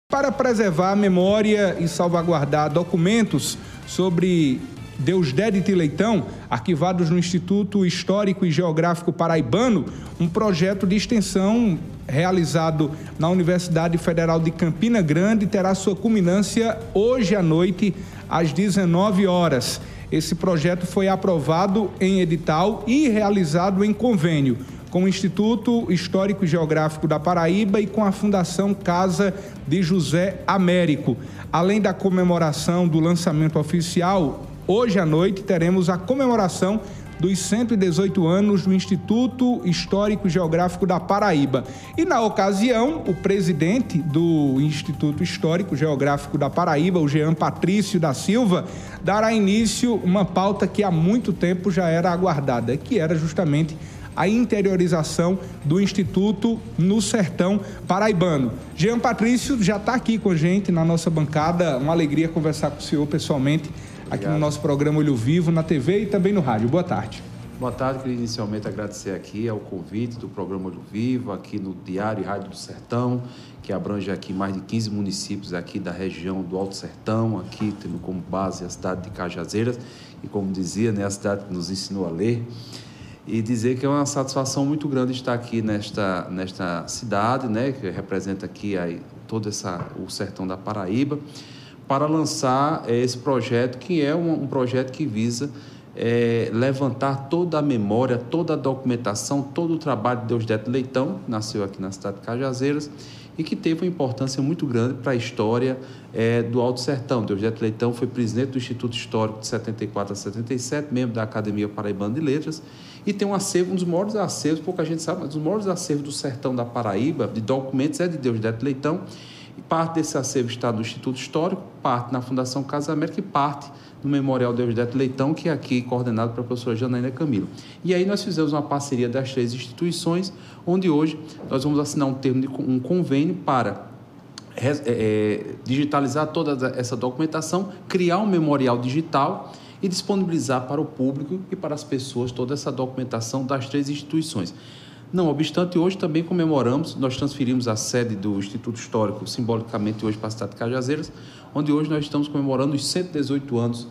Para preservar a memória e salvaguardar documentos sobre Deusdedit Leitão, arquivados no Instituto Histórico e Geográfico Paraibano, um projeto de extensão realizado na Universidade Federal de Campina Grande terá sua culminância hoje à noite, às 19 horas. Esse projeto foi aprovado em edital e realizado em convênio com o Instituto Histórico e Geográfico da Paraíba e com a Fundação Casa de José Américo. Além da comemoração do lançamento oficial, hoje à noite teremos a comemoração dos 118 anos do Instituto Histórico e Geográfico da Paraíba. E, na ocasião, o presidente do Instituto Histórico e Geográfico da Paraíba, o Jean Patrício da Silva, dará início uma pauta que há muito tempo já era aguardada, que era justamente a interiorização do Instituto no sertão paraibano. Jean Patrício já está aqui com a gente na nossa bancada. Uma alegria conversar com o senhor pessoalmente. Obrigado. Aqui no nosso programa Olho Vivo, na TV e também no rádio. Boa tarde. Boa tarde, queria inicialmente agradecer aqui ao convite do programa Olho Vivo, aqui no Diário e Rádio do Sertão, que abrange aqui mais de 15 municípios aqui da região do Alto Sertão, aqui tendo como base a cidade de Cajazeiras, e como dizia, né, a cidade que nos ensinou a ler. E dizer que é uma satisfação muito grande estar aqui nesta cidade, né, que representa aqui todo o sertão da Paraíba, para lançar esse projeto, que é um projeto que visa levantar toda a memória, toda a documentação, todo o trabalho de Deusdedit Leitão, que nasceu aqui na cidade de Cajazeiras, e que teve uma importância muito grande para a história do Alto Sertão. Deusdedit Leitão foi presidente do Instituto Histórico de 74 a 77, membro da Academia Paraibana de Letras, e tem um acervo, um dos maiores acervos, pouca gente sabe, mas um dos maiores acervos do sertão da Paraíba, de documentos, é de Deusdedit Leitão, e parte desse acervo está no Instituto Histórico, parte na Fundação Casa América e parte no Memorial Deusdedit Leitão, que é aqui coordenado pela professora Janaína Camilo. E aí nós fizemos uma parceria das 3 instituições, onde hoje nós vamos assinar um convênio para digitalizar toda essa documentação, criar um memorial digital e disponibilizar para o público e para as pessoas toda essa documentação das 3 instituições. Não obstante, hoje também comemoramos, nós transferimos a sede do Instituto Histórico simbolicamente hoje para a cidade de Cajazeiras, onde hoje nós estamos comemorando os 118 anos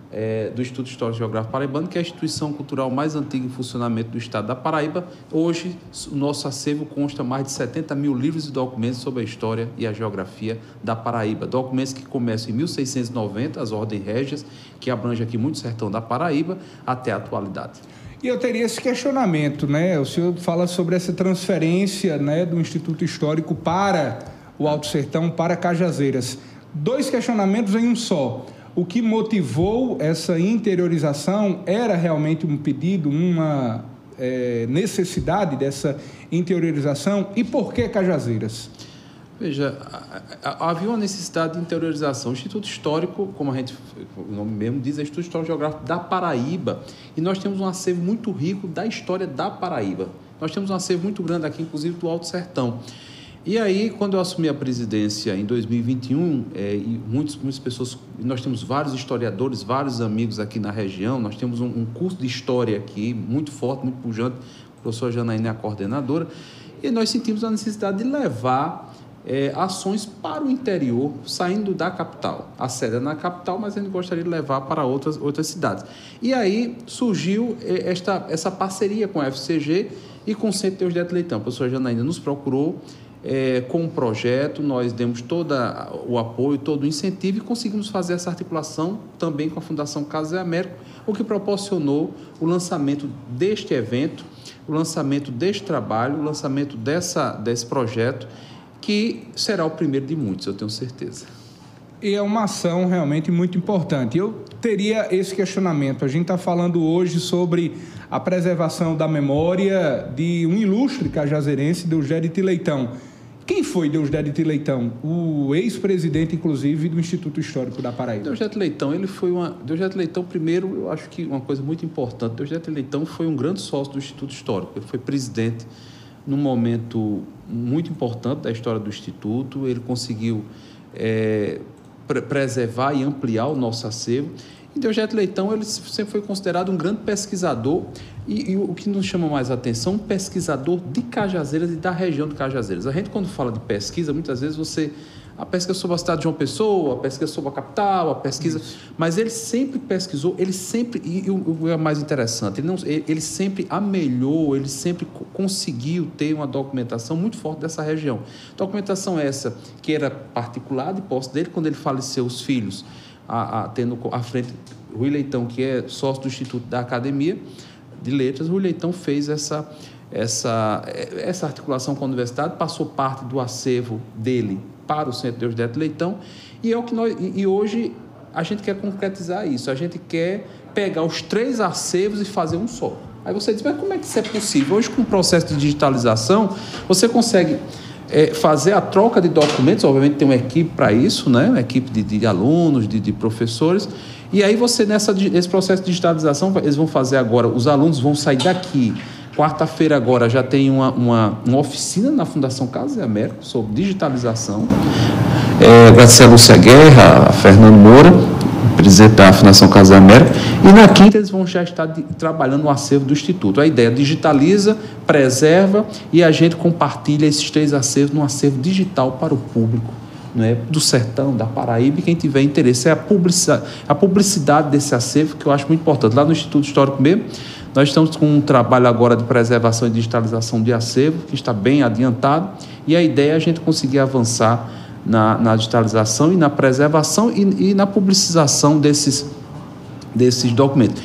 do Instituto Histórico e Geográfico Paraibano, que é a instituição cultural mais antiga em funcionamento do estado da Paraíba. Hoje, o nosso acervo consta mais de 70 mil livros e documentos sobre a história e a geografia da Paraíba. Documentos que começam em 1690, as ordens régias, que abrange aqui muito o sertão da Paraíba, até a atualidade. E eu teria esse questionamento, né? O senhor fala sobre essa transferência, né, do Instituto Histórico para o Alto Sertão, para Cajazeiras. 2 questionamentos em um só. O que motivou essa interiorização era realmente um pedido, uma necessidade dessa interiorização? E por que Cajazeiras? Veja, havia uma necessidade de interiorização. O Instituto Histórico, como o nome mesmo diz, é o Instituto Histórico Geográfico da Paraíba, e nós temos um acervo muito rico da história da Paraíba. Nós temos um acervo muito grande aqui, inclusive do Alto Sertão. E aí, quando eu assumi a presidência em 2021, e muitas pessoas, nós temos vários historiadores, vários amigos aqui na região, nós temos um curso de história aqui, muito forte, muito pujante, a professora Janaína é a coordenadora, e nós sentimos a necessidade de levar ações para o interior, saindo da capital. A sede é na capital, mas a gente gostaria de levar para outras cidades. E aí surgiu essa parceria com a FCG e com o Centro Deusdedit Leitão. A professora Janaína nos procurou com um projeto, nós demos todo o apoio, todo o incentivo e conseguimos fazer essa articulação também com a Fundação Casa América, o que proporcionou o lançamento deste evento, o lançamento deste trabalho, o lançamento desse projeto, que será o primeiro de muitos, eu tenho certeza. E é uma ação realmente muito importante. Eu teria esse questionamento. A gente está falando hoje sobre a preservação da memória de um ilustre cajazeirense, Deusdedit Leitão. Quem foi Deusdedit Leitão? O ex-presidente, inclusive, do Instituto Histórico da Paraíba. Deusdedit Leitão, Deusdedit Leitão, primeiro, eu acho que uma coisa muito importante, Deusdedit Leitão foi um grande sócio do Instituto Histórico. Ele foi presidente num momento muito importante da história do Instituto. Ele conseguiu preservar e ampliar o nosso acervo. E Deusdedit Leitão, ele sempre foi considerado um grande pesquisador e o que nos chama mais a atenção, um pesquisador de Cajazeiras e da região de Cajazeiras. A gente, quando fala de pesquisa, muitas vezes você a pesquisa sobre a cidade de João Pessoa, a pesquisa sobre a capital, a pesquisa... Mas ele sempre pesquisou, e o é mais interessante, ele sempre amelhou, ele sempre conseguiu ter uma documentação muito forte dessa região. Documentação essa que era particular de posse dele, quando ele faleceu, os filhos, tendo à frente Rui Leitão, que é sócio do Instituto da Academia de Letras. Rui Leitão fez essa articulação com a universidade, passou parte do acervo dele para o Centro Deusdedito Leitão, e hoje a gente quer concretizar isso, a gente quer pegar os 3 acervos e fazer um só. Aí você diz, mas como é que isso é possível? Hoje, com o processo de digitalização, você consegue fazer a troca de documentos, obviamente tem uma equipe para isso, né? Uma equipe de alunos, de professores, e aí você, nesse processo de digitalização, eles vão fazer agora, os alunos vão sair daqui. Quarta-feira agora já tem uma oficina na Fundação Casa de América sobre digitalização. Agradecer a Lúcia Guerra, a Fernando Moura, presidente da Fundação Casa de América, e na quinta eles vão já estar trabalhando no acervo do Instituto. A ideia digitaliza, preserva e a gente compartilha esses 3 acervos num acervo digital para o público, né, do sertão, da Paraíba, e quem tiver interesse. É a publicidade desse acervo que eu acho muito importante. Lá no Instituto Histórico mesmo, nós estamos com um trabalho agora de preservação e digitalização de acervo, que está bem adiantado, e a ideia é a gente conseguir avançar na digitalização e na preservação e na publicização desses documentos.